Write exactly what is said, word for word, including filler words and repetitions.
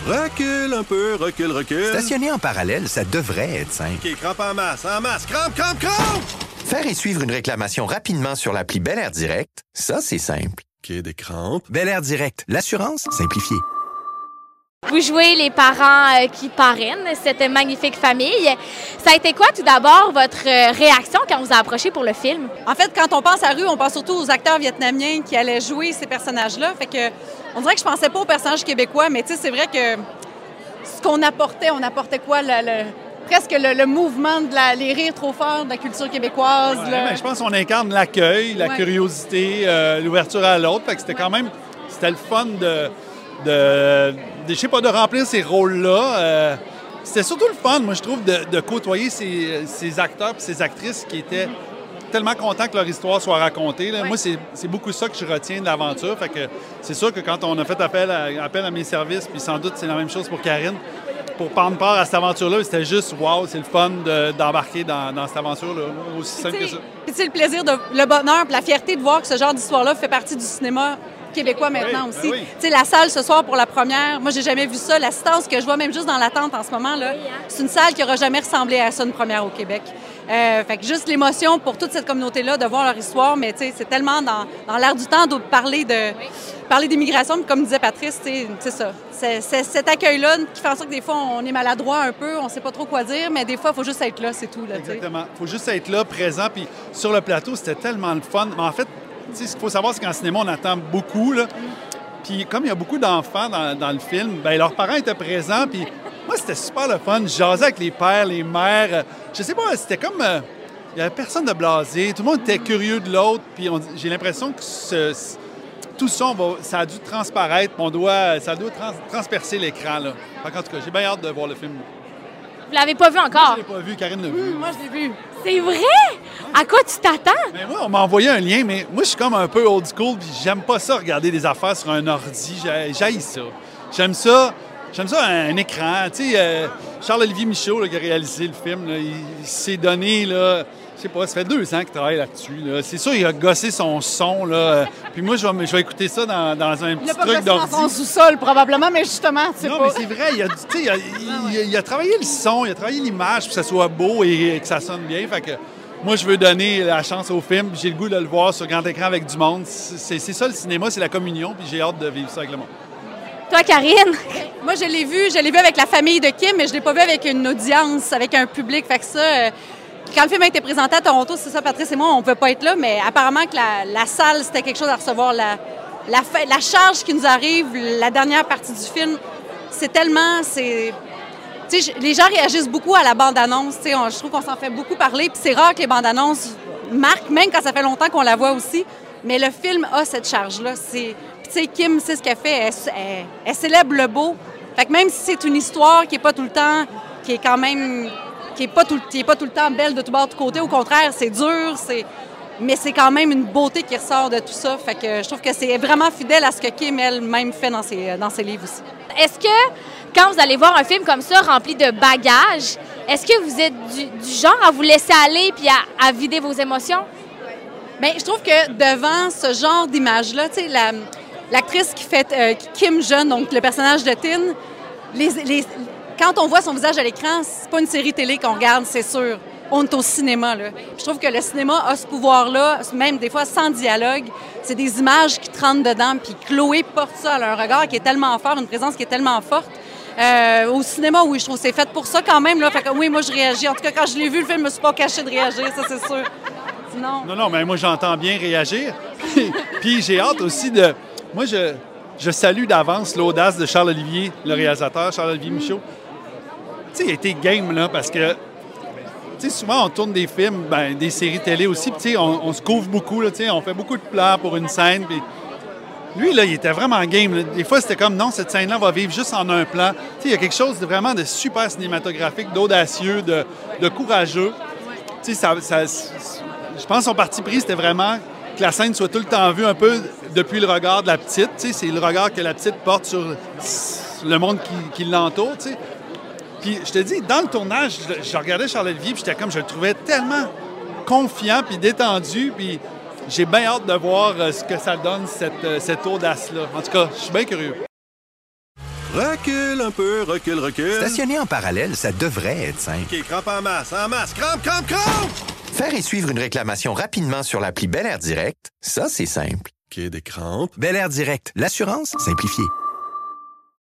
Recule un peu, recule, recule. Stationner en parallèle, ça devrait être simple. OK, crampe en masse, en masse, crampe, crampe, crampe! Faire et suivre une réclamation rapidement sur l'appli Bel Air Direct, ça, c'est simple. OK, des crampes. Bel Air Direct, l'assurance simplifiée. Vous jouez les parents euh, qui parrainent cette magnifique famille. Ça a été quoi, tout d'abord, votre euh, réaction quand on vous a approché pour le film? En fait, quand on pense à Rue, on pense surtout aux acteurs vietnamiens qui allaient jouer ces personnages-là. Fait que, on dirait que je pensais pas aux personnages québécois, mais tu sais, c'est vrai que ce qu'on apportait, on apportait quoi? Le, le, presque le, le mouvement de la, les rires trop forts de la culture québécoise. Ouais, là. ben, je pense qu'on incarne l'accueil, la Ouais. curiosité, euh, l'ouverture à l'autre. Fait que c'était quand même, c'était le fun de, de, de je sais pas, de remplir ces rôles-là. Euh, c'était surtout le fun, moi, je trouve, de, de côtoyer ces, ces acteurs et ces actrices qui étaient tellement contents que leur histoire soit racontée. Là. Ouais. Moi, c'est, c'est beaucoup ça que je retiens de l'aventure. Fait que c'est sûr que quand on a fait appel à, appel à mes services, puis sans doute c'est la même chose pour Karine, pour prendre part à cette aventure-là, c'était juste, wow, c'est le fun de, d'embarquer dans, dans cette aventure-là, là, aussi simple que ça. Puis tu sais, le plaisir, de, le bonheur, puis la fierté de voir que ce genre d'histoire-là fait partie du cinéma québécois maintenant Oui, aussi. ben oui. Tu sais, la salle ce soir pour la première, moi j'ai jamais vu ça. L'assistance que je vois même juste dans l'attente en ce moment là, c'est une salle qui n'aura jamais ressemblé à ça une première au Québec. Euh, fait que juste l'émotion pour toute cette communauté-là de voir leur histoire, mais tu sais, c'est tellement dans, dans l'air du temps de parler de parler d'immigration, puis comme disait Patrice, tu sais, c'est ça. C'est, c'est cet accueil-là qui fait en sorte que des fois on est maladroit un peu, on sait pas trop quoi dire, mais des fois il faut juste être là, c'est tout là. tu sais. Exactement. Il faut juste être là, présent. Puis sur le plateau, c'était tellement le fun. Mais en fait, tu sais, ce qu'il faut savoir, c'est qu'en cinéma, on attend beaucoup. Là. Puis comme il y a beaucoup d'enfants dans, dans le film, bien, leurs parents étaient présents. Puis moi, c'était super le fun. Je jasais avec les pères, les mères. Je sais pas, c'était comme... euh, il n'y avait personne de blasé. Tout le monde était curieux de l'autre. Puis on- j'ai l'impression que ce- ce- tout ça, on va- ça a dû transparaître. On doit, ça doit trans- transpercer l'écran. Là. Fait qu'en tout cas, j'ai bien hâte de voir le film. Vous l'avez pas vu Moi, encore? je l'ai pas vu, Karine l'a vu. Moi je l'ai vu. C'est vrai? À quoi tu t'attends? Mais moi, on m'a envoyé un lien, mais moi, je suis comme un peu old school, puis j'aime pas ça, regarder des affaires sur un ordi. J'ai- J'haïs ça. J'aime ça, j'aime ça un, un écran. Tu sais, euh, Charles-Olivier Michaud, là, qui a réalisé le film, là, il, il s'est donné, là, je sais pas, ça fait deux ans qu'il travaille là-dessus. Là. C'est sûr, il a gossé son son, là. euh, Puis moi, je vais, je vais écouter ça dans, dans un Il petit n'a pas truc gossé dans d'ordi. son sous-sol probablement, mais justement, tu sais Non, pas. mais c'est vrai, il a, du- tu sais, il, a, il- il a travaillé le son, il a travaillé l'image pour que ça soit beau et, que ça sonne bien. Fait que moi, je veux donner la chance au film, puis j'ai le goût de le voir sur grand écran avec du monde. C'est, c'est ça le cinéma, c'est la communion, puis j'ai hâte de vivre ça avec le monde. Toi, Karine? Moi, je l'ai vu, je l'ai vu avec la famille de Kim, mais je l'ai pas vu avec une audience, avec un public. Fait que ça, euh, quand le film a été présenté à Toronto, c'est ça, Patrice et moi, on ne pouvait pas être là, mais apparemment que la, la salle, c'était quelque chose à recevoir. La, la, fa- la charge qui nous arrive, la dernière partie du film, c'est tellement... c'est tu sais, je- les gens réagissent beaucoup à la bande-annonce. tu sais, on- Je trouve qu'on s'en fait beaucoup parler. Puis c'est rare que les bandes-annonces marquent, même quand ça fait longtemps qu'on la voit aussi. Mais le film a cette charge-là. C'est... Puis tu sais, Kim sait ce qu'elle fait. Elle, elle- elle célèbre le beau. Fait que même si c'est une histoire qui est pas tout le temps... qui est quand même... qui est pas tout, qui est pas tout le temps belle de tout bord, de tout côté. Au contraire, c'est dur, c'est... mais c'est quand même une beauté qui ressort de tout ça. Fait que je trouve que c'est vraiment fidèle à ce que Kim elle-même fait dans ses, dans ses livres aussi. Est-ce que, quand vous allez voir un film comme ça, rempli de bagages, est-ce que vous êtes du, du genre à vous laisser aller puis à, à vider vos émotions? Bien, je trouve que devant ce genre d'image-là, tu sais, la, l'actrice qui fait euh, Kim jeune, donc le personnage de Tin, les, les, quand on voit son visage à l'écran, c'est pas une série télé qu'on regarde, c'est sûr. On est au cinéma, là. Puis je trouve que le cinéma a ce pouvoir-là, même des fois sans dialogue. C'est des images qui te rentrent dedans, puis Chloé porte ça, elle a un regard qui est tellement fort, une présence qui est tellement forte. Euh, au cinéma, oui, je trouve que c'est fait pour ça quand même, là. Fait que oui, moi, je réagis. En tout cas, quand je l'ai vu, le film, je me suis pas caché de réagir, ça, c'est sûr. Sinon... Non, non, mais moi, j'entends bien réagir. Puis, puis j'ai hâte aussi de... Moi, je, je salue d'avance l'audace de Charles-Olivier, le réalisateur, Charles-Olivier Michaud. Tu sais, il a été game, là, parce que... Tu sais, souvent, on tourne des films, ben, des séries télé aussi, puis tu sais, on, on se couvre beaucoup, là, tu sais, on fait beaucoup de plans pour une scène, puis... Lui, là, il était vraiment game. Là. Des fois, c'était comme, non, cette scène-là va vivre juste en un plan. Tu sais, il y a quelque chose de vraiment de super cinématographique, d'audacieux, de, de courageux. Tu sais, ça, ça, je pense que son parti pris, c'était vraiment que la scène soit tout le temps vue un peu depuis le regard de la petite. Tu sais, c'est le regard que la petite porte sur le monde qui, qui l'entoure, tu sais. Puis, je te dis, dans le tournage, je, je regardais Charles-Olivier, puis j'étais comme, je le trouvais tellement confiant, puis détendu, puis... J'ai bien hâte de voir ce que ça donne, cette, cette audace-là. En tout cas, je suis bien curieux. Recule un peu, recule, recule. Stationner en parallèle, ça devrait être simple. OK, crampe en masse, en masse. Crampe, crampe, crampe! Faire et suivre une réclamation rapidement sur l'appli Bel Air Direct, ça, c'est simple. OK, des crampes. Bel Air Direct, l'assurance simplifiée.